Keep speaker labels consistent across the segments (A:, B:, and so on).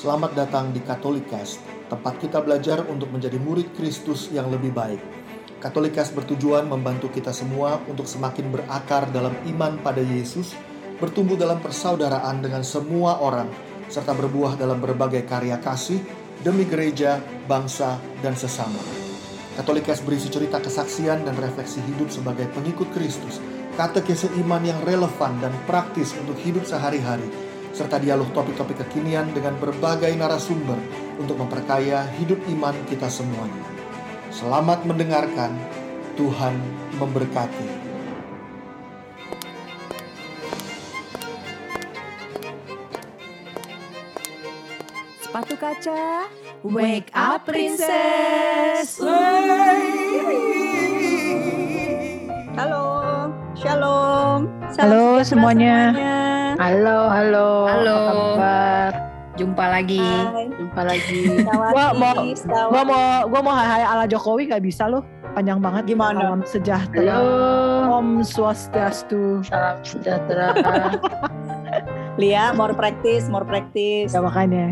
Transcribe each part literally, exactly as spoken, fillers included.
A: Selamat datang di Katolikas, tempat kita belajar untuk menjadi murid Kristus yang lebih baik. Katolikas bertujuan membantu kita semua untuk semakin berakar dalam iman pada Yesus, bertumbuh dalam persaudaraan dengan semua orang, serta berbuah dalam berbagai karya kasih demi gereja, bangsa, dan sesama. Katolikas berisi cerita kesaksian dan refleksi hidup sebagai pengikut Kristus, katekese iman yang relevan dan praktis untuk hidup sehari-hari, serta dialog topik-topik kekinian dengan berbagai narasumber untuk memperkaya hidup iman kita semuanya. Selamat mendengarkan, Tuhan memberkati.
B: Sepatu kaca, wake up princess.
C: Halo, shalom.
B: Halo semuanya.
D: Halo, halo.
E: Halo.
D: Apa kabar?
E: Jumpa lagi.
C: Hai.
D: Jumpa lagi.
B: Gua mau,
C: Sawati.
B: gua mau, gua mau hai hai ala Jokowi nggak bisa loh, panjang banget.
C: Gimana?
B: Salam sejahtera.
D: Halo.
B: Om Swastiastu.
D: Salam sejahtera.
C: Lia, more practice, more practice.
B: Ya makanya.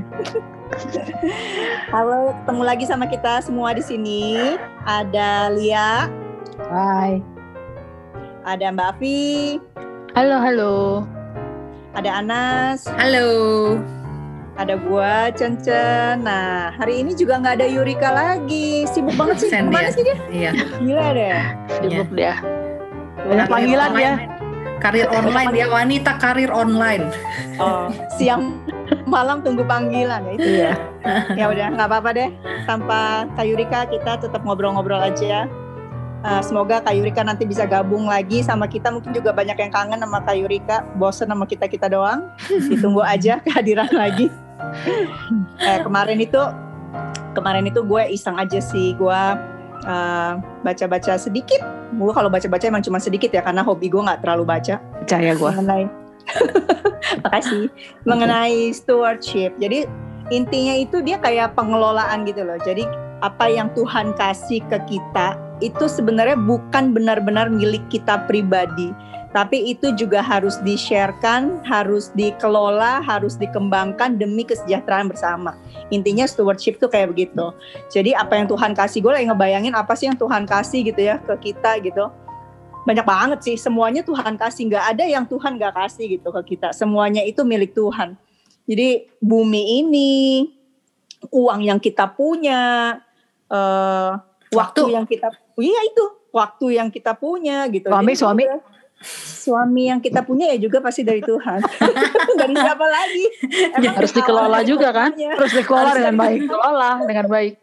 C: Halo, ketemu lagi sama kita semua di sini. Ada Lia,
B: Hai.
C: ada Mbak Afi,
D: Halo, halo.
C: ada Anas,
E: Halo.
C: ada gua Cencen. Nah, hari ini juga nggak ada Yurika lagi. Sibuk banget sih.
E: Absen
C: Kemana
E: dia.
C: sih dia?
E: Iya.
C: Gila deh.
D: Sibuk dia.
B: Banyak panggilan ya.
E: Karir online dia, wanita karir online.
C: Oh, siang malam tunggu panggilan ya itu.
B: Iya.
C: Ya udah, nggak apa-apa deh. Tanpa Kak Yurika kita tetap ngobrol-ngobrol aja. Uh, semoga Kak Yurika nanti bisa gabung lagi sama kita. Mungkin juga banyak yang kangen sama Kak Yurika, bosen sama kita-kita doang. Ditunggu aja kehadiran lagi. eh, kemarin itu, kemarin itu gue iseng aja sih, gue uh, baca-baca sedikit. Gue kalau baca-baca emang cuma sedikit ya, karena hobi gue nggak terlalu baca.
B: Percaya gua.
C: Mengenai, makasih, mengenai stewardship. Jadi intinya itu dia kayak pengelolaan gitu loh. Jadi apa yang Tuhan kasih ke kita itu sebenarnya bukan benar-benar milik kita pribadi, tapi itu juga harus di-sharekan, harus dikelola, harus dikembangkan demi kesejahteraan bersama. Intinya stewardship tuh kayak begitu. Jadi apa yang Tuhan kasih, gue lagi ngebayangin apa sih yang Tuhan kasih gitu ya ke kita gitu. Banyak banget sih, semuanya Tuhan kasih, nggak ada yang Tuhan nggak kasih gitu ke kita. Semuanya itu milik Tuhan. Jadi bumi ini, uang yang kita punya, uh, waktu. waktu yang kita, iya itu, waktu yang kita punya gitu.
B: Suami,
C: Jadi,
B: suami.
C: Suami yang kita punya ya juga pasti dari Tuhan. Dari siapa lagi? Emang
D: Harus dikelola juga kan?
B: Terus dikelola
C: Harus
B: dengan baik.
D: Kelola dengan baik.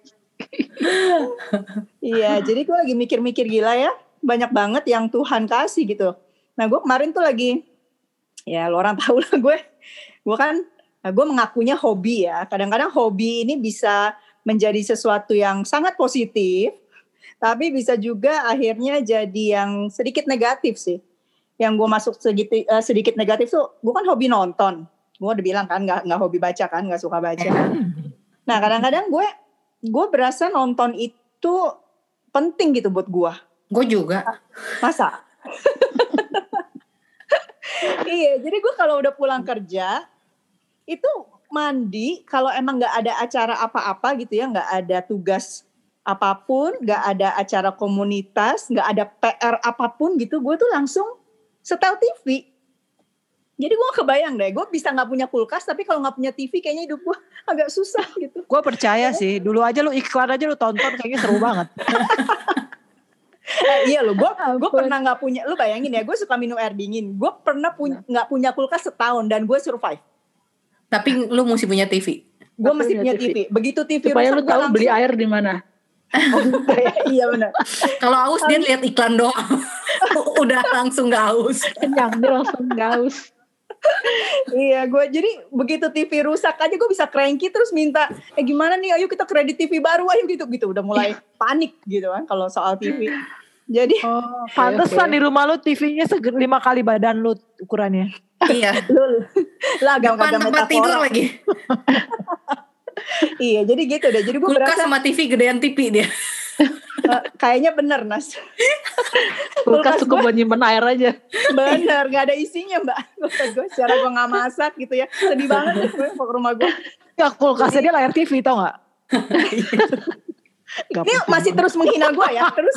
C: Iya, jadi gue lagi mikir-mikir gila ya. Banyak banget yang Tuhan kasih gitu. Nah gue kemarin tuh lagi, ya lo orang tahu lah gue. Gue kan, nah gue mengakunya hobi ya. Kadang-kadang hobi ini bisa menjadi sesuatu yang sangat positif. Tapi bisa juga akhirnya jadi yang sedikit negatif sih. Yang gue masuk sedikit, uh, sedikit negatif tuh, gue kan hobi nonton. Gue udah bilang kan, gak, gak hobi baca kan, gak suka baca. Nah kadang-kadang gue, gue berasa nonton itu penting gitu buat gue.
E: Gue juga.
C: Masa? Iya, jadi gue kalau udah pulang kerja, itu mandi, kalau emang gak ada acara apa-apa gitu ya, gak ada tugas apapun, gak ada acara komunitas, gak ada P R apapun gitu, gue tuh langsung setel T V. Jadi gue kebayang deh, gue bisa gak punya kulkas, tapi kalau gak punya T V kayaknya hidup gue agak susah gitu.
B: Gue percaya sih. Dulu aja lu iklan aja lu tonton kayaknya seru banget.
C: eh, iya loh, gue gue pernah gak punya, lu bayangin ya, gue suka minum air dingin. Gue pernah punya, gak punya kulkas setahun dan gue survive.
E: Tapi lu mesti punya T V.
C: Gue mesti punya T V. Begitu T V
D: supaya
C: rusak,
D: lu tahu
C: langsung,
D: beli air di mana.
C: Oh, iya benar.
E: Kalau haus dia lihat iklan doang. Udah langsung gak haus.
D: Kenyang dia langsung gaus.
C: Iya, gue jadi begitu T V rusak aja gue bisa cranky terus minta, eh gimana nih, ayo kita kredit T V baru, ayo gitu gitu. Udah mulai panik gitu kan kalau soal T V. Jadi,
B: Oh, pantesan di rumah lu T V-nya seger lima kali badan lu ukurannya.
E: Iya.
C: lu lah agak
E: Depan
C: agak
E: tempat tidur
C: metafora.
E: lagi.
C: Iya, jadi gitu deh. Jadi gue
E: Kulkas
C: berasa
E: sama T V gedean T V dia.
C: uh, kayaknya bener Nas.
D: Kulkas cukup buat nyimpen air aja.
C: Bener, gak ada isinya mbak. Gue secara gue gak masak gitu ya. Sedih banget gue mau ke rumah gue.
B: Gak, kulkasnya dia layar T V tau gak? Gak
C: Ini
B: penting
C: masih
B: banget.
C: terus menghina gue ya terus.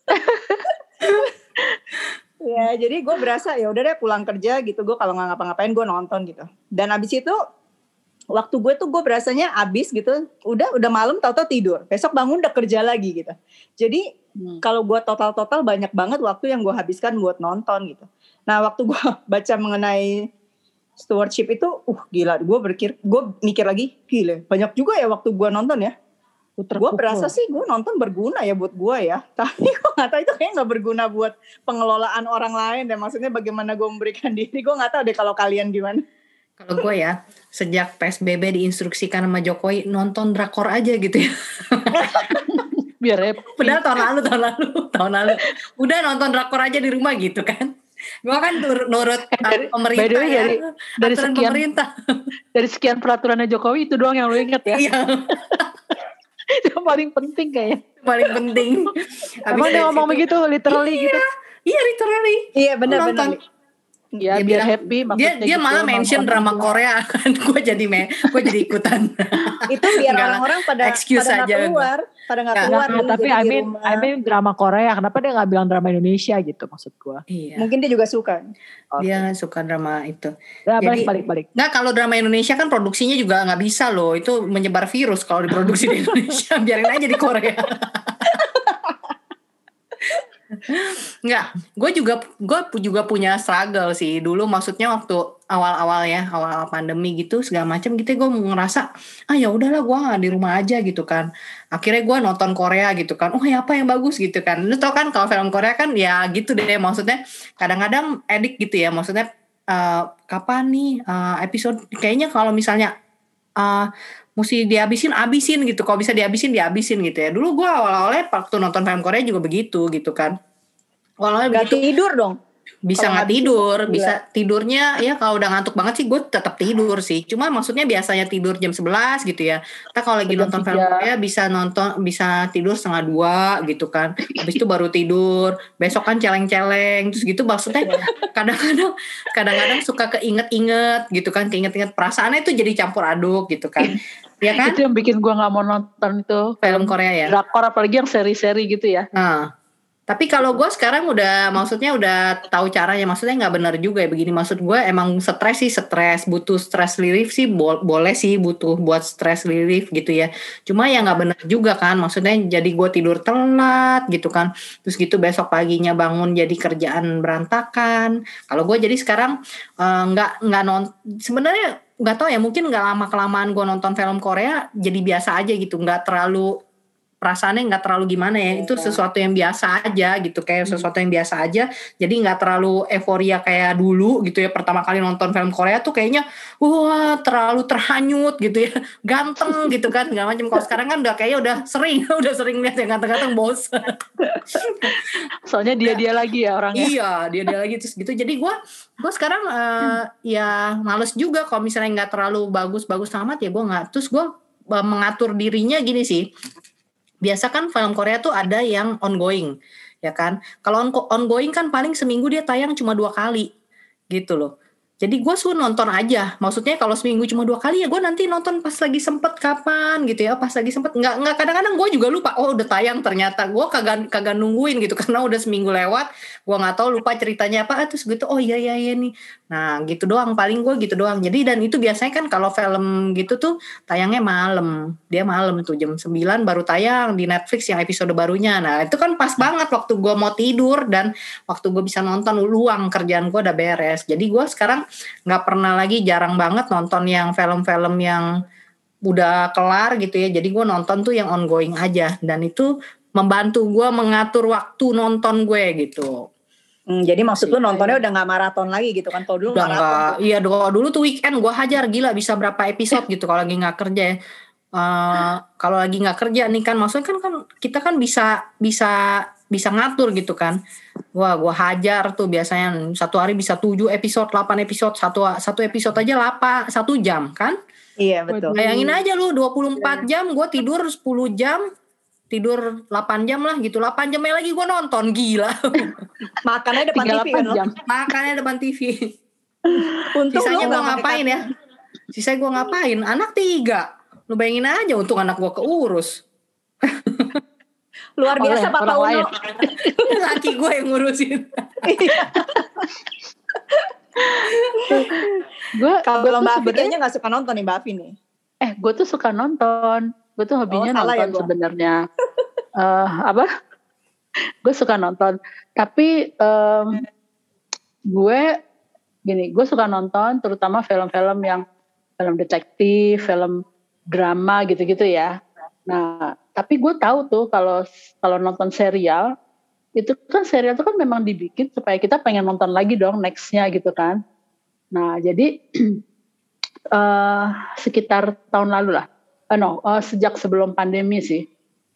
C: Ya jadi gue berasa ya udah deh pulang kerja gitu, gue kalau nggak ngapa-ngapain gue nonton gitu. Dan abis itu waktu gue tuh gue berasanya abis gitu, udah udah malam tau-tau tidur. Besok bangun udah kerja lagi gitu. Jadi hmm. kalau gue total-total banyak banget waktu yang gue habiskan buat nonton gitu. Nah waktu gue baca mengenai stewardship itu, uh gila, gue berpikir, gue mikir lagi, gila, banyak juga ya waktu gue nonton ya. Gue berasa sih gue nonton berguna ya buat gue ya. Tapi gue gak tahu itu kayaknya gak berguna buat pengelolaan orang lain. Dan maksudnya bagaimana gue memberikan diri. Gue gak tahu deh kalau kalian gimana.
E: Kalau gue ya, sejak P S B B diinstruksikan sama Jokowi, nonton drakor aja gitu ya.
D: Biar happy.
E: Padahal tahun lalu, tahun lalu, tahun lalu. Udah nonton drakor aja di rumah gitu kan. Gue kan nur, nurut uh,
D: dari,
E: pemerintah
D: way,
E: ya.
D: Dari, dari
E: aturan
D: sekian,
E: pemerintah.
D: Dari sekian peraturannya Jokowi, itu doang yang lu inget ya.
E: Iya.
D: Itu paling penting kayaknya.
E: Paling penting.
B: Emang dia ngomong begitu, literally
E: iya,
B: gitu.
E: Iya, literally.
C: Iya benar-benar.
D: Ya,
E: dia
D: biar
E: bilang,
D: happy.
E: Dia dia
D: gitu,
E: malah mention drama
D: juga.
E: Korea kan. Gue jadi me, gue jadi ikutan.
C: Itu biar
E: Enggak lah,
C: orang-orang pada
E: excuse
C: pada nggak
E: aja
C: keluar, pada nggak
E: Ya.
C: keluar.
B: Nah,
C: dulu,
B: tapi
C: jadi
B: I
C: di
B: mean,
C: rumah.
B: I mean drama Korea. Kenapa dia gak bilang drama Indonesia gitu maksud gue.
E: Iya.
C: Mungkin dia juga suka.
E: Dia suka drama itu.
B: Ya,
E: Jadi-
B: balik, balik, balik.
E: Nggak, kalau drama Indonesia kan produksinya juga nggak bisa loh. Itu menyebar virus kalau diproduksi di Indonesia. Biarin aja di Korea. Nggak, gue juga gue juga punya struggle sih dulu. Maksudnya waktu awal-awal ya, awal pandemi gitu segala macam gitu, gue ngerasa ah ya udahlah gue nggak di rumah aja gitu kan. Akhirnya gue nonton Korea gitu kan. Oh ya apa yang bagus gitu kan. Lu tau kan kalau film Korea kan ya gitu deh. Maksudnya kadang-kadang edik gitu ya. Maksudnya uh, kapan nih uh, episode kayaknya kalau misalnya uh, mesti dihabisin, abisin gitu. Kalau bisa dihabisin, dihabisin gitu ya. Dulu gue awal-awalnya waktu nonton film Korea juga begitu gitu kan. Awalnya
C: Gak
E: begitu.
C: tidur dong.
E: Bisa
C: Kalau
E: nggak
C: habisin,
E: tidur,
C: gila.
E: bisa tidurnya ya kalau udah ngantuk banget sih gue tetap tidur sih. Cuma maksudnya biasanya tidur jam sebelas gitu ya. Kita kalau lagi
D: Jam
E: nonton film
D: tiga.
E: Korea bisa nonton bisa tidur setengah dua gitu kan. Habis itu baru tidur. Besok kan celeng-celeng terus gitu maksudnya kadang-kadang kadang-kadang suka keinget-inget gitu kan, keinget-inget perasaannya itu jadi campur aduk gitu kan. Ya kan?
D: Itu yang bikin gue gak mau nonton itu
E: Film Korea ya.
D: drakor, apalagi yang seri-seri gitu ya.
E: Nah, tapi kalau gue sekarang udah maksudnya udah tahu caranya, maksudnya nggak benar juga ya begini. Maksud gue emang stres sih stres, butuh stress relief sih bo- boleh sih butuh buat stress relief gitu ya. Cuma ya nggak benar juga kan, maksudnya jadi gue tidur telat gitu kan, terus gitu besok paginya bangun jadi kerjaan berantakan. Kalau gue jadi sekarang eh, nggak nggak non, sebenarnya nggak tahu ya, mungkin nggak lama kelamaan gue nonton film Korea jadi biasa aja gitu, nggak terlalu perasaannya nggak terlalu gimana ya, itu sesuatu yang biasa aja gitu, kayak sesuatu yang biasa aja, jadi nggak terlalu euforia kayak dulu gitu ya. Pertama kali nonton film Korea tuh kayaknya wah terlalu terhanyut gitu ya, ganteng gitu kan, nggak macam. Kalau sekarang kan udah kayaknya udah sering udah sering lihat yang ganteng-ganteng bosan.
D: Soalnya dia-dia lagi ya orangnya.
E: Iya, dia dia lagi terus gitu. Jadi gue gue sekarang uh, ya males juga kalau misalnya nggak terlalu bagus-bagus amat ya gue nggak. Terus gue uh, mengatur dirinya gini sih. Biasa kan film Korea tuh ada yang ongoing, ya kan? Kalau on- ongoing kan paling seminggu dia tayang cuma dua kali, gitu loh. Jadi gue suruh nonton aja. Maksudnya kalau seminggu cuma dua kali ya gue nanti nonton pas lagi sempet kapan gitu ya. Pas lagi sempet. Nggak, nggak kadang-kadang gue juga lupa. Oh udah tayang ternyata. Gue kagak, kagak nungguin gitu. Karena udah seminggu lewat. Gue gak tahu lupa ceritanya apa. Terus gitu oh iya iya iya nih. Nah gitu doang. Paling gue gitu doang. Jadi dan itu biasanya kan kalau film gitu tuh tayangnya malam. Dia malam tuh jam sembilan baru tayang di Netflix yang episode barunya. Nah itu kan pas banget waktu gue mau tidur. Dan waktu gue bisa nonton luang kerjaan gue udah beres. Jadi gue sekarang nggak pernah lagi, jarang banget nonton yang film-film yang udah kelar gitu ya. Jadi gue nonton tuh yang ongoing aja, dan itu membantu gue mengatur waktu nonton gue gitu.
C: Hmm, jadi maksud lu nontonnya udah gak maraton lagi gitu kan? Kalau dulu
E: Udah
C: maraton.
E: nggak, iya dulu dulu tuh weekend gue hajar gila bisa berapa episode gitu kalau lagi nggak kerja ya. Uh, kalau lagi nggak kerja nih kan, maksudnya kan kan kita kan bisa bisa bisa ngatur gitu kan. Wah gue hajar tuh biasanya satu hari bisa tujuh episode, delapan episode, satu satu episode aja delapan, satu jam kan.
C: Iya betul.
E: Bayangin aja lu dua puluh empat jam, gue tidur sepuluh jam, tidur delapan jam lah gitu. delapan jamnya lagi gue nonton, gila.
C: Makannya depan T V kan lo.
E: Makannya depan T V.
C: Untung
E: Sisanya
C: lu
E: gue
C: gak
E: ngapain ya? Sisanya gue ngapain? Anak tiga. Lu bayangin aja, untung anak gue keurus.
C: Luar biasa
D: Oleh
C: Papa
D: orang lain.
C: Uno.
E: Laki gue yang ngurusin.
D: Gue
C: Kalau Mbak Afi kayaknya nggak suka nonton nih Mbak Afi nih.
D: Eh, gue tuh suka nonton. Gue tuh hobinya
C: Oh, salah ya
D: nonton
C: gua.
D: sebenarnya. Eh, apa? Gue suka nonton. Tapi em, gue gini, gue suka nonton terutama film-film yang film detektif, film drama gitu-gitu ya. Nah, tapi gue tahu tuh kalau kalau nonton serial itu kan serial itu kan memang dibikin supaya kita pengen nonton lagi dong nextnya gitu kan. Nah, jadi eh sekitar tahun lalu lah, eh, no, eh, sejak sebelum pandemi sih,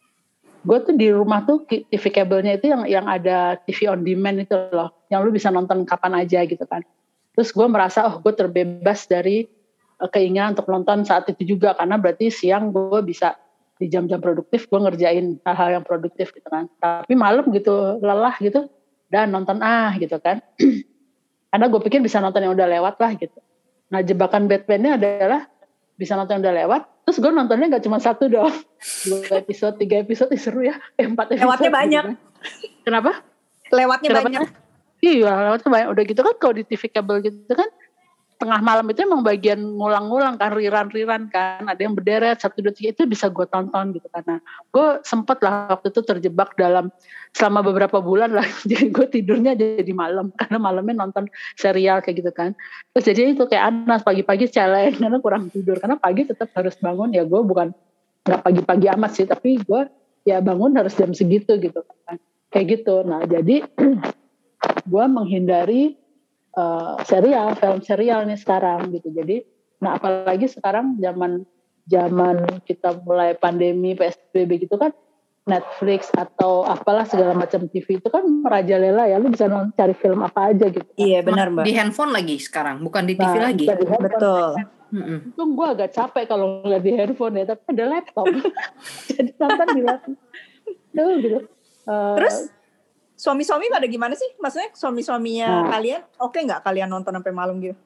D: gue tuh di rumah tuh T V kabelnya itu yang yang ada T V on demand itu loh, yang lu bisa nonton kapan aja gitu kan. Terus gue merasa oh gue terbebas dari eh, keinginan untuk nonton saat itu juga, karena berarti siang gue bisa di jam-jam produktif gue ngerjain hal-hal yang produktif gitu kan. Tapi malam gitu lelah gitu dan nonton ah gitu kan. Karena gue pikir bisa nonton yang udah lewat lah gitu. Nah jebakan Batman-nya adalah bisa nonton yang udah lewat, terus gue nontonnya gak cuma satu dong, dua episode, tiga episode, eh, seru ya, eh, empat episode.
C: Lewatnya banyak.
D: Gitu kan. Kenapa?
C: Lewatnya
D: Kenapa?
C: banyak.
D: Iya lewatnya banyak. Udah gitu kan kalau di T V kabel gitu kan, tengah malam itu emang bagian ngulang-ngulang kan, riran-riran kan, ada yang berderet satu dua tiga, itu bisa gue tonton gitu karena gue sempet lah waktu itu terjebak dalam selama beberapa bulan lah, jadi gue tidurnya jadi malam karena malamnya nonton serial kayak gitu kan. Terus jadi itu kayak Anas pagi-pagi challenge karena kurang tidur, karena pagi tetap harus bangun ya, gue bukan nggak pagi-pagi amat sih, tapi gue ya bangun harus jam segitu gitu kan, kayak gitu. Nah jadi gue menghindari Uh, serial, film serial nih sekarang gitu. Jadi, nah apalagi sekarang zaman zaman kita mulai pandemi P S B B gitu kan, Netflix atau apalah segala macam T V itu kan merajalela ya, lu bisa nonton cari film apa aja gitu.
C: Iya benar Mbak.
E: Di handphone lagi sekarang, bukan di T V
D: Nah,
E: lagi.
D: bisa di handphone.
C: Betul.
E: Mm-mm.
D: Untung gue agak capek kalau ngeliat di handphone ya, tapi ada laptop. Jadi nonton di laptop. Tuh gitu. Uh,
C: Terus suami-suami pada gimana sih? Maksudnya suami-suaminya
D: Nah.
C: kalian oke nggak kalian nonton sampai malam gitu?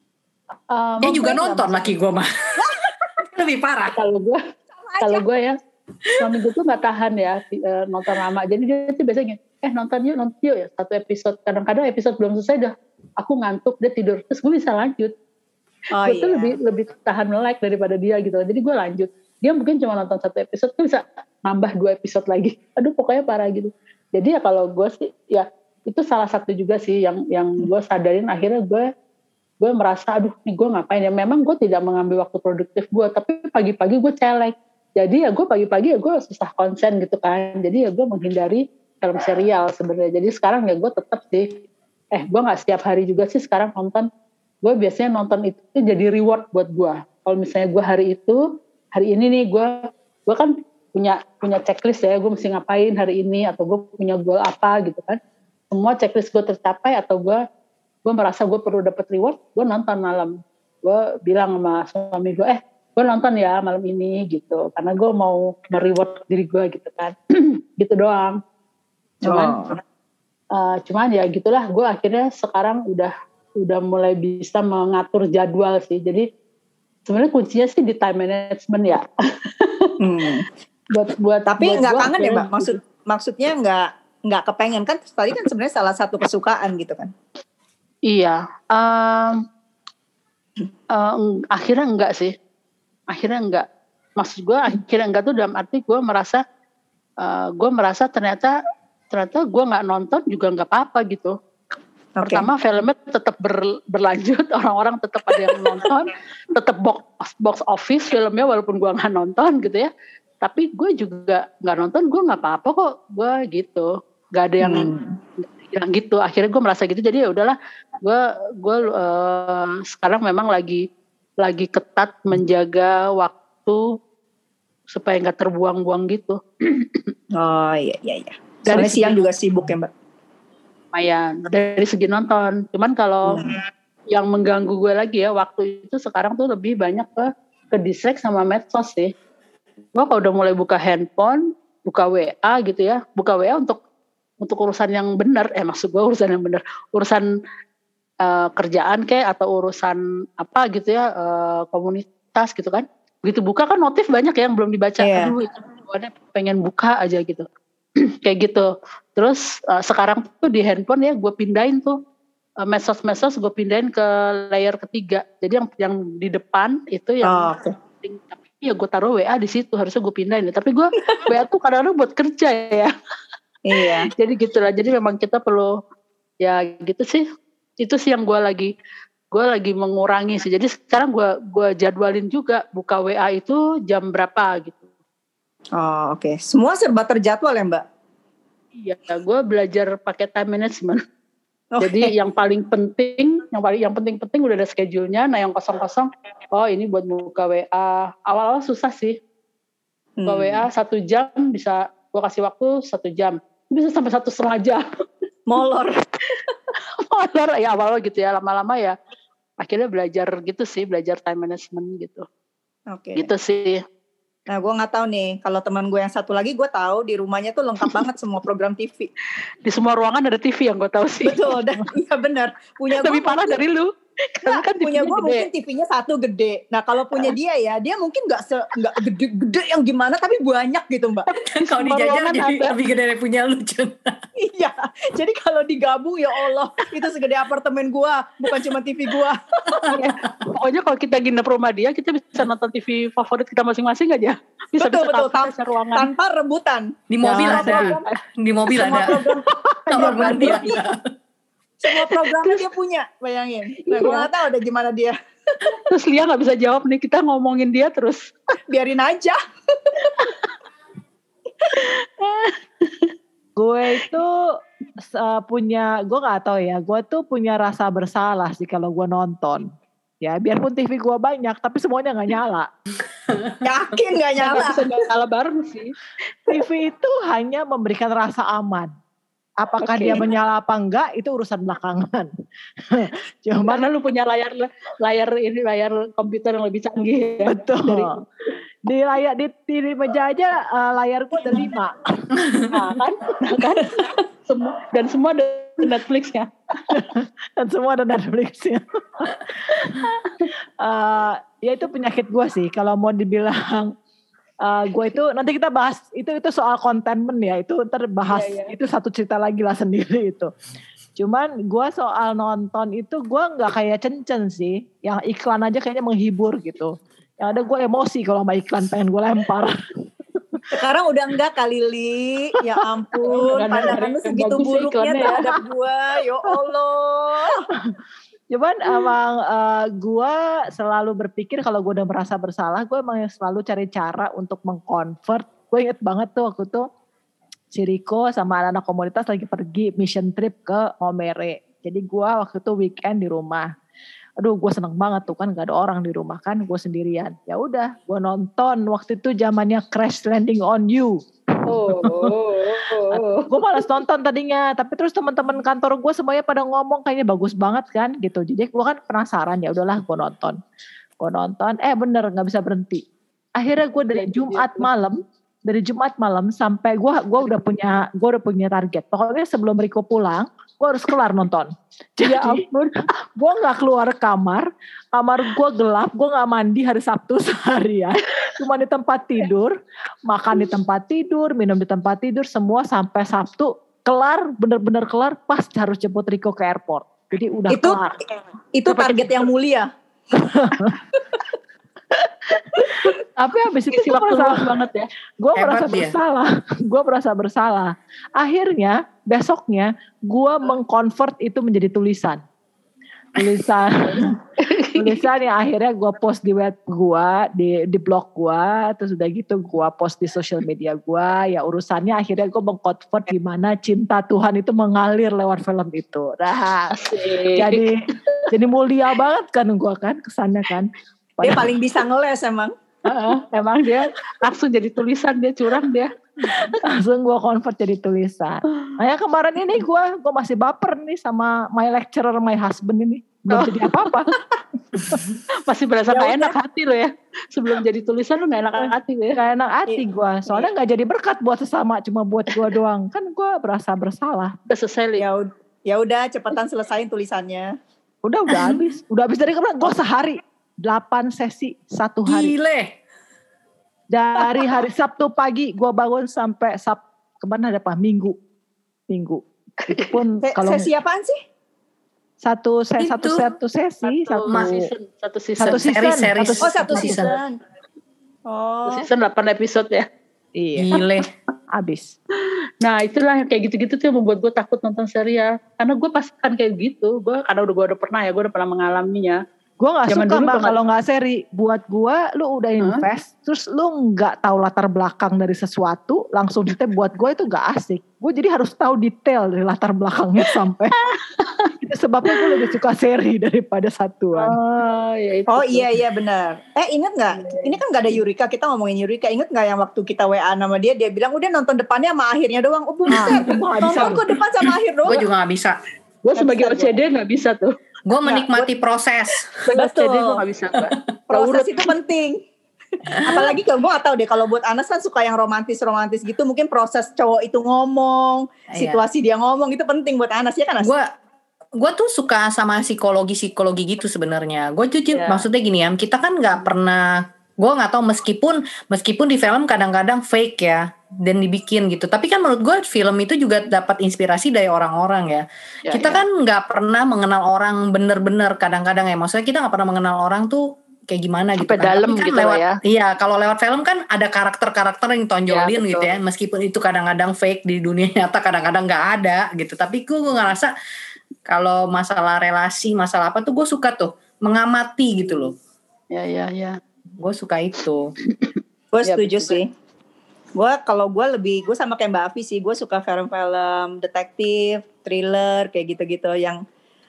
D: uh,
E: Dia juga
D: memang
E: nonton laki gue mah. Lebih parah.
D: Kalau gue, kalau gue ya, suami gue tuh nggak tahan ya uh, nonton lama. Jadi dia tuh biasanya, eh nonton yuk, nonton yuk ya satu episode. Kadang-kadang episode belum selesai dah, aku ngantuk, dia tidur. Terus gue bisa lanjut.
C: Oh
D: gue tuh
C: iya.
D: lebih lebih tahan melek daripada dia gitu. Jadi gue lanjut. Dia mungkin cuma nonton satu episode, tuh bisa nambah dua episode lagi. Aduh pokoknya parah gitu. Jadi ya kalau gue sih, ya itu salah satu juga sih yang yang gue sadarin akhirnya gue gue merasa aduh nih gue ngapain ya, memang gue tidak mengambil waktu produktif gue, tapi pagi-pagi gue celek, jadi ya gue pagi-pagi ya gue susah konsen gitu kan, jadi ya gue menghindari film serial sebenarnya. Jadi sekarang ya gue tetap sih eh gue nggak setiap hari juga sih sekarang nonton, gue biasanya nonton itu jadi reward buat gue. Kalau misalnya gue hari itu hari ini nih gue gue kan punya punya checklist ya, gue mesti ngapain hari ini, atau gue punya goal apa gitu kan, semua checklist gue tercapai atau gue gue merasa gue perlu dapat reward, gue nonton malam. Gue bilang sama suami gue, eh gue nonton ya malam ini gitu, karena gue mau mereward diri gue gitu kan. Gitu doang. Cuman
C: Oh.
D: uh, cuman ya gitulah, gue akhirnya sekarang udah udah mulai bisa mengatur jadwal sih. Jadi sebenarnya kuncinya sih di time management ya.
C: Hmm.
D: buat buat
C: Tapi
D: buat
C: nggak
D: gua
C: kangen ya
D: akhirnya
C: Mbak? Maksud maksudnya nggak nggak kepengen kan? Tadi kan sebenarnya salah satu kesukaan gitu kan?
D: Iya, um, uh, akhirnya enggak sih, akhirnya enggak. Maksud gue akhirnya enggak tuh dalam arti gue merasa, uh, gue merasa ternyata ternyata gue nggak nonton juga nggak apa-apa gitu.
C: Oke.
D: Pertama filmnya tetap ber, berlanjut, orang-orang tetap ada yang nonton, tetap box box office filmnya walaupun gue nggak nonton gitu ya. Tapi gue juga nggak nonton, gue nggak apa-apa kok, gue gitu, nggak ada yang
C: Hmm.
D: yang gitu. Akhirnya gue merasa gitu, jadi ya udahlah, gue gue uh, sekarang memang lagi lagi ketat menjaga waktu supaya nggak terbuang-buang gitu.
C: Oh iya iya iya.
D: Dari
C: Soalnya
D: segi-
C: siang juga sibuk ya Mbak.
D: Lumayan dari segi nonton. Cuman kalau yang mengganggu gue lagi ya waktu itu sekarang tuh lebih banyak ke ke distract sama medsos sih. Gue kalau udah mulai buka handphone, buka W A gitu ya, buka W A untuk untuk urusan yang benar, eh maksud gue urusan yang benar, urusan uh, kerjaan kayak atau urusan apa gitu ya, uh, komunitas gitu kan. begitu buka kan notif banyak yang belum dibaca.
C: Iya.
D: Aduh itu ada pengen buka aja gitu. Kayak gitu. Terus uh, sekarang tuh di handphone ya gue pindahin tuh uh, medsos-medsos gue pindahin ke layer ketiga. Jadi yang yang di depan itu yang
C: Oh, oke.
D: penting, tapi ya gue taruh W A di situ, harusnya gue pindahin. Tapi gue W A tuh kadang-kadang buat kerja ya.
C: Iya.
D: Jadi gitulah. Jadi memang kita perlu ya gitu sih. Itu sih yang gue lagi gue lagi mengurangi sih. Jadi sekarang gue gue jadwalin juga buka W A itu jam berapa gitu.
C: Oh, oke. Semua serba terjadwal ya, Mbak?
D: Iya, gue belajar pakai time management.
C: Oke.
D: Jadi yang paling penting, yang paling yang penting-penting udah ada schedule-nya. Nah, yang kosong-kosong, oh ini buat buka W A. Awal-awal susah sih. Buka
C: Hmm.
D: W A satu jam bisa gue kasih waktu satu jam. Bisa sampai satu setengah jam.
C: Molor.
D: Molor ya awal gitu ya, lama-lama ya akhirnya belajar gitu sih, belajar time management gitu.
C: Oke.
D: Gitu sih.
C: Nah, gue nggak tahu nih. Kalau teman gue yang satu lagi, gue tahu di rumahnya tuh lengkap banget semua program T V.
D: Di semua ruangan ada T V yang gue tahu sih.
C: Betul, dan iya benar. Punya gue
D: Lebih parah dari lu. Karena
C: Nah,
D: kan
C: punya
D: T V-nya
C: gue
D: gede.
C: mungkin T V-nya satu gede. Nah, kalau punya dia ya, dia mungkin nggak se nggak gede-gede yang gimana, tapi banyak gitu, Mbak.
E: Kalau
D: Semua
E: dijajal
D: ruangan
E: jadi
D: ada.
E: lebih gede dari punya lu, Jun.
C: Iya. Jadi kalau digabung ya Allah, itu segede apartemen gue, bukan cuma T V gue.
D: Ya, pokoknya kalau kita nginep rumah dia, kita bisa nonton T V favorit kita masing-masing aja. Bisa
C: Betul, betul.
D: bisa
C: Tan-
D: seruangan.
C: tanpa rebutan.
E: Di mobil
D: Ya,
E: ada.
C: program-
E: Di mobil
C: semua
E: ada.
C: program
E: Kamar mandi ada.
C: semua programnya dia punya, bayangin. Nah, gue
D: Iya.
C: nggak tahu ada gimana dia.
D: Terus Lia nggak bisa jawab nih, kita ngomongin dia terus.
C: Biarin aja.
B: Gue itu uh, punya, gue gak tahu ya, gue tuh punya rasa bersalah sih kalau gue nonton. Ya biarpun T V gue banyak, tapi semuanya gak nyala.
C: Yakin nggak nyala?
D: Nggak bisa nyala bareng sih.
B: T V itu hanya memberikan rasa aman. Apakah
D: Oke.
B: dia menyala apa enggak, itu urusan belakangan. Cuman
D: Mana lu punya layar layar ini layar komputer yang lebih canggih ya.
B: betul.
D: Dari,
B: Di layar di, di, di meja aja uh, layar gue ada lima.
D: nah kan, nah kan, semua dan semua ada Netflix-nya.
B: Dan semua ada Netflix-nya. uh, ya itu penyakit gue sih. Kalau mau dibilang uh, gue itu nanti kita bahas itu itu soal containment ya. Itu ntar bahas
D: Iya, iya.
B: itu satu cerita lagi lah sendiri itu. Cuman gue soal nonton itu gue nggak kayak Cencen sih. Yang iklan aja kayaknya menghibur gitu. Yang ada gue emosi kalau sama iklan pengen gue lempar.
C: Sekarang udah enggak kali, Li. Ya ampun,
D: Udah ada
C: pandangan lu
D: yang
C: segitu
D: bagus sih
C: buruknya
D: iklannya ya.
C: terhadap gua. Ya Allah.
B: Cuman emang uh, gue selalu berpikir kalau gue udah merasa bersalah, gue emang selalu cari cara untuk mengconvert. Gue inget banget tuh waktu tuh si Riko sama anak-anak komunitas lagi pergi mission trip ke Momere. Jadi gue waktu itu weekend di rumah. Aduh gue seneng banget tuh kan gak ada orang di rumah kan, gue sendirian. Ya udah gue nonton waktu itu zamannya Crash Landing on You.
D: Oh, oh, oh.
B: Gue malas nonton tadinya, tapi terus teman-teman kantor gue semuanya pada ngomong kayaknya bagus banget kan gitu. Jadi gue kan penasaran, ya udahlah gue nonton. Gue nonton, eh bener nggak bisa berhenti. Akhirnya gue dari Jumat malam, dari Jumat malam sampai gue gue udah punya gue udah punya target. Pokoknya sebelum Riko pulang, gue harus kelar nonton. Jadi
D: Ya ampun.
B: gue nggak keluar kamar, kamar gue gelap, gue nggak mandi hari Sabtu seharian, cuma di tempat tidur, makan di tempat tidur, minum di tempat tidur, semua sampai Sabtu kelar, bener-bener kelar, pas harus jemput Riko ke airport. Jadi udah
C: Itu
B: kelar.
C: itu target yang mulia.
B: Tapi habis itu
D: Isi
B: gue
D: waktu
B: merasa,
D: luang banget ya.
B: gue
E: Hebat
B: merasa
E: dia.
B: bersalah, gue merasa bersalah. Akhirnya besoknya gue mengkonvert itu menjadi tulisan, tulisan, tulisan yang akhirnya gue post di web gue, di di blog gue, terus udah gitu gue post di sosial media gue. Ya urusannya akhirnya gue mengkonvert gimana cinta Tuhan itu mengalir lewat film itu. Nah,
D: Asik.
B: jadi jadi mulia banget kan gue kan kesannya kan.
C: Dia paling bisa ngeles emang.
D: Heeh, emang dia langsung jadi tulisan, dia curang dia.
B: Langsung gue convert jadi tulisan. Nah kemarin ini gue gue masih baper nih sama my lecturer, my husband ini. Belum
D: Oh.
B: jadi apa-apa.
D: Masih berasa
C: Ya
D: gak
C: udah.
D: enak hati lo ya. Sebelum jadi tulisan lo gak enak hati lo ya.
B: Gak enak hati gue. Soalnya gak jadi berkat buat sesama, cuma buat gue doang. Kan gue berasa bersalah.
D: Udah selesai Li.
C: Ya ud- ya udah cepetan selesain tulisannya.
B: Udah udah habis. Udah habis dari kemarin. Gue sehari. delapan sesi satu hari.
E: Gile.
B: Dari hari Sabtu pagi gue bangun sampai Sab kemana ada apa Minggu, Minggu. Itu pun
C: Se-
B: kalau
C: Sesi apaan sih?
B: satu se-
E: Itu.
B: satu satu sesi
D: Satu
B: satu
D: season, satu season.
B: satu season,
E: Series-series.
B: satu
C: Oh satu
E: season.
C: season.
D: Satu
C: Oh.
D: season delapan episode ya.
B: Iya,
E: Gile.
B: abis.
D: Nah itulah yang kayak gitu-gitu tuh yang membuat gue takut nonton serial. Karena gue pasti kan kayak gitu. Gue karena udah gue udah pernah ya, gue udah pernah mengalaminya.
B: Gue nggak
D: Zaman
B: suka
D: dulu
B: mbak
D: gua
B: kalau nggak seri. Buat gue, lu udah invest, terus lu nggak tahu latar belakang dari sesuatu, langsung detail. Buat gue itu nggak asik. Gue jadi harus tahu detail dari latar belakangnya sampai. Itu sebabnya gue lebih suka seri daripada satuan.
D: Oh, ya itu
C: Oh
D: tuh.
C: iya iya benar. Eh inget nggak? Ini kan nggak ada Yurika. Kita ngomongin Yurika. Inget nggak yang waktu kita W A sama dia, dia bilang udah nonton depannya sama akhirnya doang. Oh buset,
B: Ah, itu nggak bisa.
C: nonton kok depan sama akhir doang.
E: Gue juga gak bisa.
D: Gue
C: Nggak
D: sebagai
C: bisa
D: O C D nggak bisa tuh.
E: Gue menikmati proses.
D: Sebagai O C D gue
C: Betul.
D: nggak bisa gue.
C: Proses itu penting. Apalagi kalau gue gak tahu deh, kalau buat Anas kan suka yang romantis-romantis gitu, mungkin proses cowok itu ngomong,
E: Iya.
C: situasi dia ngomong itu penting buat Anas ya kan Anas?
E: Gue gue tuh suka sama psikologi psikologi gitu sebenarnya. Gue tuh
D: Ya.
E: maksudnya gini ya, kita kan nggak pernah, gue nggak tahu meskipun meskipun di film kadang-kadang fake ya dan dibikin gitu. Tapi kan menurut gue film itu juga dapat inspirasi dari orang-orang ya.
D: Ya,
E: kita
D: ya.
E: kan nggak pernah mengenal orang bener-bener kadang-kadang ya. Maksudnya kita nggak pernah mengenal orang tuh kayak gimana gitu
D: Sampai
E: kan.
D: dalam
E: Tapi kan
D: gitu
E: lewat,
D: ya.
E: Iya, kalau lewat film kan ada karakter-karakter yang tonjolin
D: Ya,
E: gitu
D: betul.
E: ya. Meskipun itu kadang-kadang fake di dunia nyata, kadang-kadang nggak ada gitu. Tapi gue ngerasa kalau masalah relasi, masalah apa tuh gue suka tuh mengamati gitu loh.
D: Ya ya ya.
E: Gue suka itu.
C: Gue
D: Ya,
C: setuju
D: betul.
C: sih. Gue kalau gue lebih, gue sama kayak Mbak Afi sih, gue suka film-film detektif, thriller kayak gitu-gitu yang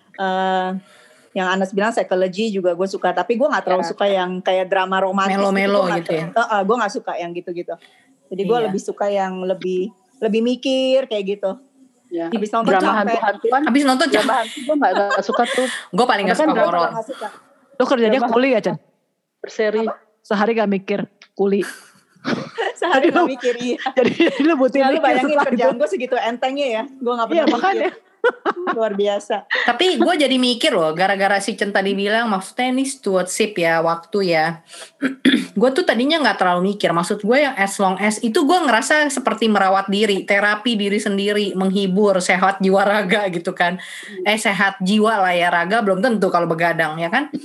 C: eh yang Anas bilang psikologi juga gue suka, tapi gue nggak terlalu
D: Ya.
C: suka yang kayak drama romantis
E: Melo-melo
C: gua nggak
E: gitu ya.
C: ter- Eh, eh, gue nggak suka yang gitu-gitu. Jadi gue
E: Iya.
C: lebih suka yang lebih lebih mikir kayak gitu.
D: Ya.
C: Habis nonton
D: Drama
C: capek.
D: hantu-hantuan.
E: Habis nonton
D: Drama hantu gue nggak nggak suka tuh.
E: gue paling gak
D: Karena
E: suka
D: kan
E: horor.
C: Nggak suka.
B: Lu kerjanya
D: Drama-
B: kuli ya Chan?
D: Berseri.
B: Sehari gak mikir kuli.
C: Sehari nggak mikir iya.
B: Jadi lu butuh
C: Ya, lu
B: mikir
C: bayangin
B: setelah
C: kerjaan
B: itu.
C: gue segitu entengnya ya. Gue nggak
B: Iya
C: pernah
B: makanya.
C: mikir. Luar biasa.
E: Tapi gue jadi mikir loh, gara-gara si Cen tadi bilang, maksudnya ini stewardship ya, waktu ya. Gue tuh tadinya gak terlalu mikir, maksud gue yang as long as, itu gue ngerasa seperti merawat diri, terapi diri sendiri, menghibur, sehat jiwa raga gitu kan. Eh sehat jiwa lah ya, raga belum tentu kalau begadang ya kan.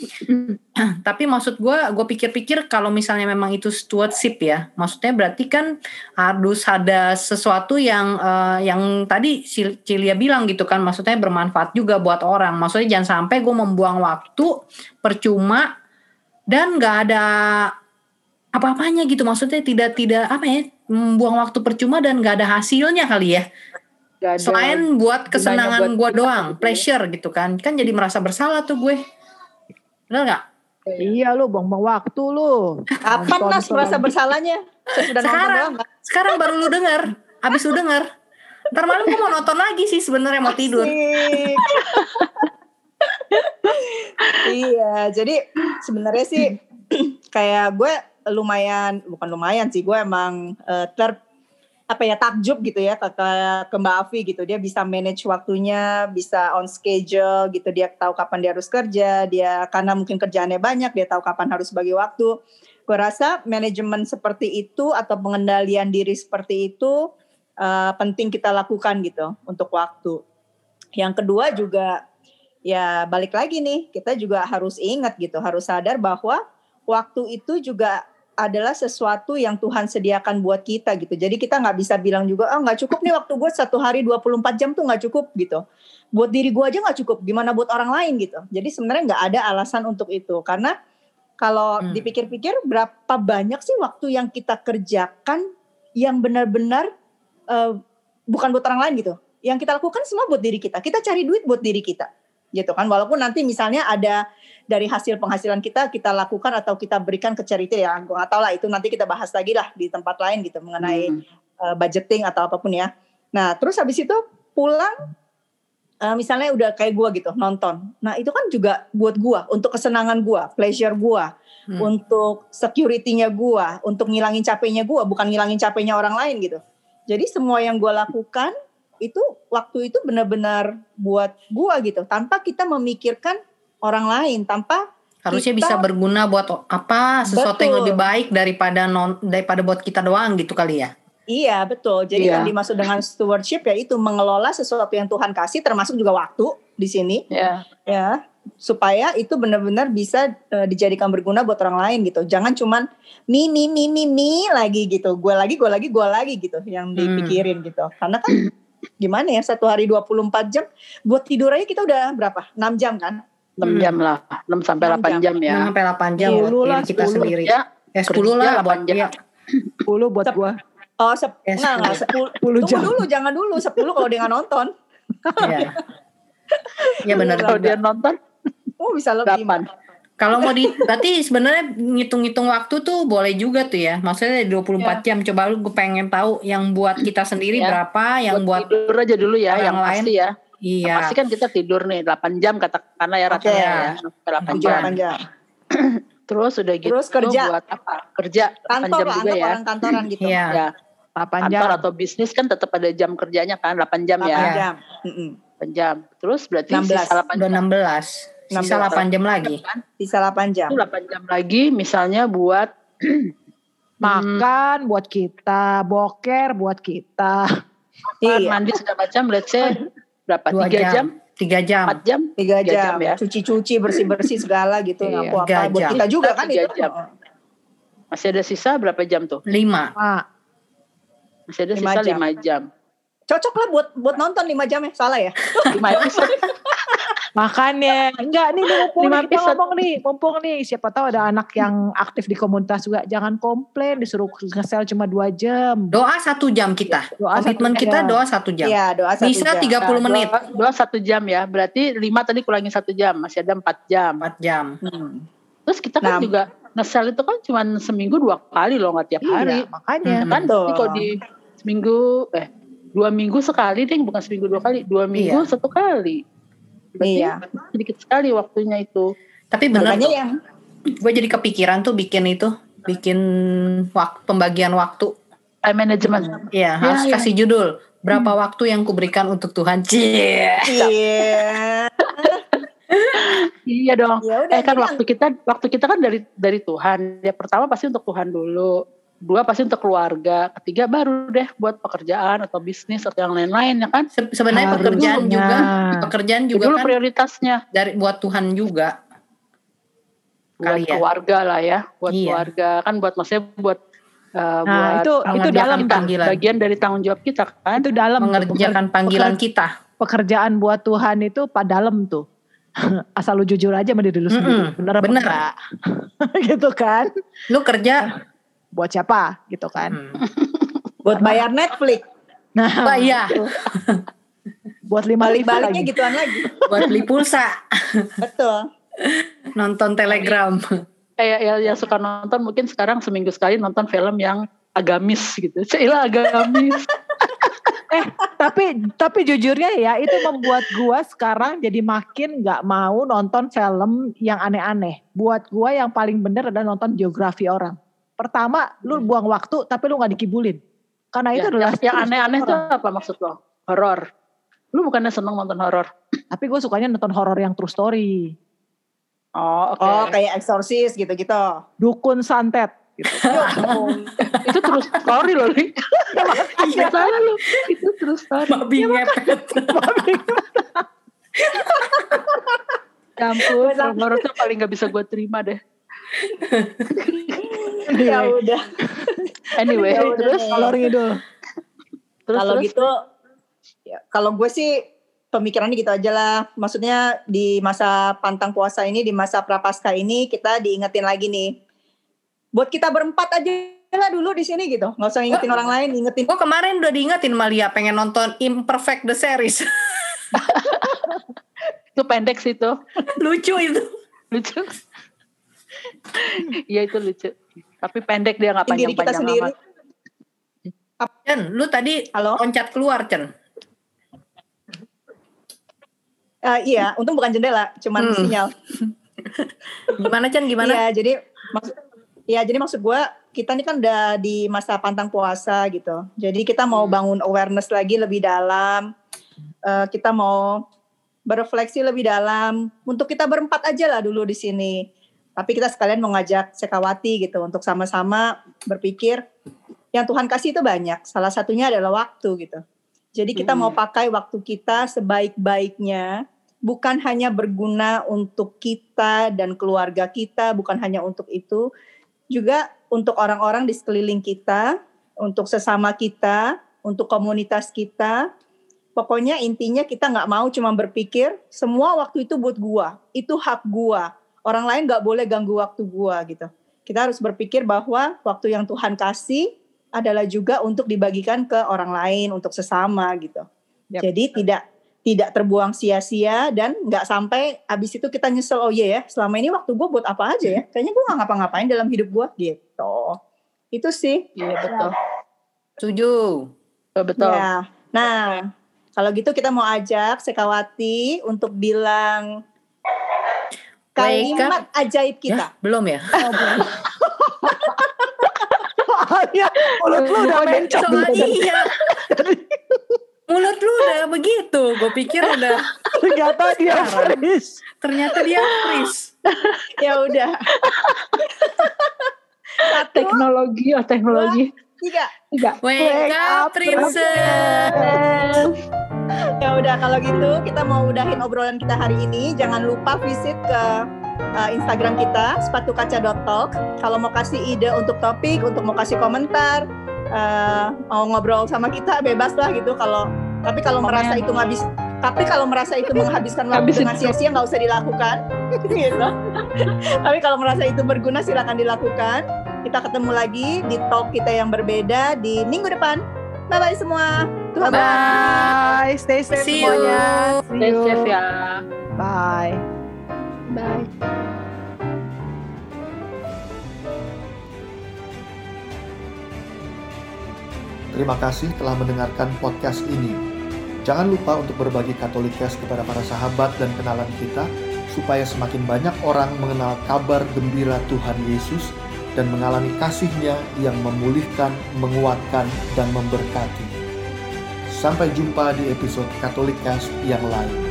E: Tapi maksud gue, gue pikir-pikir kalau misalnya memang itu stewardship ya, maksudnya berarti kan harus ada sesuatu yang uh, yang tadi Cilia bilang gitu kan, maksudnya bermanfaat juga buat orang. Maksudnya jangan sampai gue membuang waktu percuma dan nggak ada apa-apanya gitu. Maksudnya tidak tidak apa ya, membuang waktu percuma dan nggak ada hasilnya kali ya.
D: Gak ada
E: Selain buat kesenangan
D: buat
E: gue
D: kita
E: doang,
D: gitu ya.
E: pleasure gitu kan, kan jadi merasa bersalah tuh gue. Benar nggak?
B: Iya lu buang-buang waktu lu.
C: Kapan
B: Nonton
C: Nas
B: film.
C: merasa bersalahnya? Sesudah nonton
E: Sekarang,
C: doang nggak?
E: sekarang baru lu denger, abis lu denger. Ntar malam gue mau nonton lagi sih sebenarnya, mau tidur.
C: Asik. Iya, jadi sebenarnya sih kayak gue lumayan, bukan lumayan sih, gue emang eh, ter apa ya takjub gitu ya ke, ke, ke Mbak Afi gitu. Dia bisa manage waktunya, bisa on schedule gitu. Dia tahu kapan dia harus kerja, dia karena mungkin kerjaannya banyak, dia tahu kapan harus bagi waktu. Gue rasa manajemen seperti itu atau pengendalian diri seperti itu uh, penting kita lakukan gitu untuk waktu. Yang kedua juga ya balik lagi nih, kita juga harus ingat gitu, harus sadar bahwa waktu itu juga adalah sesuatu yang Tuhan sediakan buat kita gitu. Jadi kita nggak bisa bilang juga, ah nggak cukup nih waktu gue satu hari dua puluh empat jam tuh nggak cukup gitu. Buat diri gue aja nggak cukup, gimana buat orang lain gitu. Jadi sebenarnya nggak ada alasan untuk itu. Karena kalau
E: Hmm.
C: dipikir-pikir berapa banyak sih waktu yang kita kerjakan yang benar-benar uh, bukan buat orang lain gitu. Yang kita lakukan semua buat diri kita. Kita cari duit buat diri kita. Gitu kan. Walaupun nanti misalnya ada dari hasil penghasilan kita, kita lakukan atau kita berikan ke charity ya. Gue gak tahu lah, itu nanti kita bahas lagi lah di tempat lain gitu. Mengenai
D: Hmm.
C: uh, budgeting atau apapun ya. Nah terus habis itu pulang, uh, misalnya udah kayak gue gitu, nonton. Nah itu kan juga buat gue, untuk kesenangan gue, pleasure gue.
E: Hmm.
C: Untuk security-nya gue, untuk ngilangin capeknya gue, bukan ngilangin capeknya orang lain gitu. Jadi semua yang gue lakukan, itu waktu itu benar-benar buat gue gitu. Tanpa kita memikirkan orang lain, tanpa
E: Harusnya
C: kita-
E: bisa berguna buat apa? Sesuatu yang
C: Betul.
E: lebih baik daripada non daripada buat kita doang gitu kali ya.
C: Iya betul. Jadi
D: Iya.
C: yang dimaksud dengan stewardship ya itu mengelola sesuatu yang Tuhan kasih, termasuk juga waktu di sini,
D: Ya.
C: ya, supaya itu benar-benar bisa uh, dijadikan berguna buat orang lain gitu. Jangan cuman mi mi mi mi mi lagi gitu. Gue lagi, gue lagi, gue lagi gitu yang dipikirin gitu. Karena kan gimana ya, satu hari dua puluh empat jam buat tidur aja kita udah berapa? enam jam kan?
D: enam
E: Hmm.
D: jam lah, enam sampai
C: enam
D: delapan
C: jam.
D: jam ya.
E: enam sampai delapan jam
B: sepuluh
E: buat
B: lah,
E: diri kita
B: sepuluh.
E: sendiri.
D: Ya,
E: Ya sepuluh
D: kerja
E: lah
D: delapan
E: buat
D: jam.
E: dia.
B: sepuluh buat
C: Sep-
B: gua.
C: Oh, sep-
E: Ya,
C: enggak, enggak, sepuluh.
B: sepuluh
C: Tunggu
B: jam.
C: dulu, jangan dulu. sepuluh kalau dia nggak nonton.
E: Iya. Ya benar
D: Kalau dia
E: juga.
D: nonton
C: Oh, bisa lebih.
D: delapan.
E: Kalau mau di berarti sebenarnya ngitung-ngitung waktu tuh boleh juga tuh ya. Maksudnya dua puluh empat jam. Coba lu gue pengen tahu yang buat kita sendiri
D: Ya.
E: berapa, yang
D: Buat
E: buat
D: tidur aja dulu ya,
E: orang
D: yang
E: lain.
D: pasti ya. Yang
E: iya.
D: pasti kan kita tidur nih delapan jam katakanlah ya
C: Oke.
D: rata-rata ya. delapan
E: Tujuh
D: jam.
C: delapan jam.
D: Terus udah gitu
C: Terus kerja.
D: buat apa? Kerja delapan
C: Kantor
D: jam
C: lah,
D: juga
C: anggap
D: ya.
C: orang kantoran gitu.
E: Iya.
D: Ya,
B: delapan jam.
D: kantor atau bisnis kan tetap ada jam kerjanya kan, delapan jam
C: delapan
D: ya.
E: Iya.
C: jam. Mm-mm.
D: delapan jam. Terus berarti
C: enam belas.
D: sisa delapan
E: Udah
D: jam.
E: enam belas. Sisa
C: enam belas.
E: delapan jam lagi.
D: Kan?
C: Sisa delapan jam.
D: Itu delapan jam lagi misalnya buat
B: Makan buat kita, boker buat kita.
D: Iya.
C: Iya.
D: mandi segala macam, let's say berapa?
E: Dua
D: Tiga jam,
E: Tiga jam.
D: empat jam,
C: Tiga
D: Tiga
C: jam,
D: jam ya.
C: cuci-cuci, bersih-bersih segala gitu.
B: Iya,
C: Ngaku
E: tiga
C: apa buat
E: jam.
C: kita juga kan
D: Tiga
C: itu.
D: jam. masih ada sisa berapa jam tuh?
E: Lima.
B: Nah,
D: Masih ada
C: Lima
D: sisa
C: jam.
D: lima jam.
C: Cocok lah buat buat nonton lima jam ya, salah ya?
D: lima episode.
B: makanya enggak nih mumpung
D: Lima
B: nih, kita
D: episode.
B: ngomong nih, mumpung nih siapa tahu ada anak yang aktif di komunitas juga, jangan komplain disuruh nge-sell cuma dua jam.
E: Doa satu jam kita.
B: Doa
E: Komitmen
B: satu
E: kita
B: jam.
E: doa satu jam.
C: Iya, doa satu
E: Bisa
C: jam.
E: tiga puluh
D: Nah,
E: menit.
D: Dua, dua satu jam ya. Berarti lima tadi kurangi satu jam. Masih ada empat jam.
E: Empat jam.
C: Hmm.
D: Terus kita kan
C: Enam.
D: juga nge-sell itu kan cuma seminggu dua kali loh, nggak tiap hari.
B: Iya, makanya.
E: Hmm.
D: Kan
C: Betul.
D: tapi kalau di seminggu eh dua minggu sekali deh, bukan seminggu dua kali, dua minggu
E: Iya.
D: satu kali. Berarti
C: Iya.
D: sedikit sekali waktunya itu.
E: Tapi benar
C: Makanya
E: tuh.
C: yang
E: Gue jadi kepikiran tuh bikin itu, bikin waktu, pembagian waktu.
D: Time management.
E: Iya,
D: Ya,
E: harus
D: ya.
E: kasih judul. Berapa waktu yang kuberikan untuk Tuhan? Cie.
C: iya.
D: Iya dong.
C: Ya udah,
D: eh kan
C: jadi
D: waktu kita waktu kita kan dari dari Tuhan. Ya pertama pasti untuk Tuhan dulu. Dua pasti untuk keluarga. Ketiga baru deh buat pekerjaan atau bisnis atau yang lain-lain ya kan.
E: Se- Sebenarnya pekerjaan
B: Harusnya.
E: juga, pekerjaan
D: Itu
E: juga
D: dulu
E: kan
D: prioritasnya
E: dari buat Tuhan juga.
D: buat
E: Kali ya.
D: keluarga lah ya. Buat
E: Iya.
D: keluarga kan buat maksudnya buat uh,
B: Nah,
D: buat
B: itu itu
E: mengerjakan
B: dalam
E: kita. panggilan.
D: bagian dari tanggung jawab kita kan.
B: itu dalam tuh,
E: Mengerjakan
B: peker-
E: panggilan
B: peker-
E: kita.
B: pekerjaan buat Tuhan itu pada dalam tuh. Asal lu jujur aja sama diri lu sendiri.
E: Mm-mm,
B: Bener apa
E: bener.
B: enggak? Gitu kan?
E: Lu kerja,
B: Buat siapa? Gitu kan?
E: hmm,
C: buat bayar Netflix.
B: Nah,
E: bayar,
B: buat lima ribu
C: Balik-baliknya
B: lagi.
C: gituan lagi.
E: buat beli pulsa,
C: Betul.
E: nonton Telegram.
D: Kayak yang, yang suka nonton mungkin sekarang seminggu sekali nonton film yang agamis gitu. Cila agamis.
B: Eh, tapi tapi jujurnya ya itu membuat gua sekarang jadi makin nggak mau nonton film yang aneh-aneh. Buat gua yang paling bener adalah nonton biografi orang. Pertama, lu buang waktu tapi lu nggak dikibulin. Karena itu
D: Ya,
B: adalah
D: yang, yang aneh-aneh tuh
B: orang.
D: apa maksud lo? Horor. Lu bukannya seneng nonton horor?
B: Tapi gue sukanya nonton horor yang true story.
D: Oh, oke.
C: Oh, kayak eksorsis gitu-gitu.
B: Dukun santet. Gitu.
D: Itu terus story loh, Li. Iya salah lu. Itu terus story.
E: Babi ngepet.
D: Ya ampun, film horor tuh paling gak bisa gue terima deh.
C: Ya udah.
D: Anyway,
C: Ya udah
D: terus
C: deh.
B: Kolor ngidul.
D: terus
C: Kalau
D: terus.
C: gitu, ya, kalau gue sih pemikirannya gitu aja lah. Maksudnya di masa pantang puasa ini, di masa prapaskah ini kita diingetin lagi nih. Buat kita berempat aja lah dulu di sini gitu. Nggak usah ngingetin orang lain, ingetin.
E: Gue kemarin udah diingetin Malia pengen nonton Imperfect the Series.
D: Itu pendek sih tuh.
E: Lucu itu.
D: Lucu. Iya itu lucu. Tapi pendek dia gak
C: Diri kita
D: panjang-panjang
C: sendiri.
D: amat.
E: Cen, lu tadi
C: Halo?
E: loncat keluar, Cen.
C: Eh, iya, untung bukan jendela, cuman
E: Hmm.
C: sinyal.
E: Gimana, Cen? Gimana?
C: Iya, jadi maksud Iya, jadi maksud gue kita ini kan udah di masa pantang puasa gitu. Jadi kita mau bangun awareness lagi lebih dalam. Eh, kita mau berefleksi lebih dalam. Untuk kita berempat aja lah dulu di sini. Tapi kita sekalian mau ngajak Sekawati gitu untuk sama-sama berpikir yang Tuhan kasih itu banyak. Salah satunya adalah waktu gitu. Jadi kita hmm. mau pakai waktu kita sebaik-baiknya, bukan hanya berguna untuk kita dan keluarga kita, bukan hanya untuk itu, juga untuk orang-orang di sekeliling kita, untuk sesama kita, untuk komunitas kita. Pokoknya intinya kita nggak mau cuma berpikir semua waktu itu buat gua, itu hak gua. Orang lain nggak boleh ganggu waktu gua gitu. Kita harus berpikir bahwa waktu yang Tuhan kasih adalah juga untuk dibagikan ke orang lain, untuk sesama gitu. Yep. Jadi tidak tidak terbuang sia-sia dan nggak sampai abis itu kita nyesel, oh iya ya selama ini waktu gue buat apa aja ya, kayaknya gue nggak ngapa-ngapain dalam hidup gue gitu. Itu sih.
D: Iya betul.
E: Setuju.
D: Betul.
C: Ya. Nah kalau gitu kita mau ajak Sekawati untuk bilang kalimat ajaib kita.
E: Ya, belum ya?
C: Oh, belum.
B: Soalnya mulut lu udah mencok.
E: Soalnya iya. Mulut lu udah begitu. Gue pikir udah.
B: Ternyata dia freeze.
E: Ternyata dia freeze.
C: Ya udah. Satu,
D: teknologi, oh teknologi.
C: Dua, tiga.
D: Tiga.
E: Wake up, princess.
C: Ya udah kalau gitu kita mau udahin obrolan kita hari ini. Jangan lupa visit ke uh, Instagram kita sepatu kaca dot talk. Kalau mau kasih ide untuk topik, untuk mau kasih komentar, uh, mau ngobrol sama kita bebas lah gitu. Kalau tapi kalau
D: Komen.
C: merasa itu ngabis, tapi kalau merasa itu menghabiskan waktu dengan sia-sia nggak usah dilakukan. Gitu. Tapi kalau merasa itu berguna silakan dilakukan. Kita ketemu lagi di talk kita yang berbeda di minggu depan. Bye bye semua. Tuhan
B: Bye. Stay safe
E: See you.
B: semuanya. See
D: Stay
B: you.
D: safe ya.
B: Bye.
C: Bye.
A: Terima kasih telah mendengarkan podcast ini. Jangan lupa untuk berbagi Katolikast kepada para sahabat dan kenalan kita, supaya semakin banyak orang mengenal kabar gembira Tuhan Yesus dan mengalami kasih-Nya yang memulihkan, menguatkan, dan memberkati. Sampai jumpa di episode Katolikast yang lain.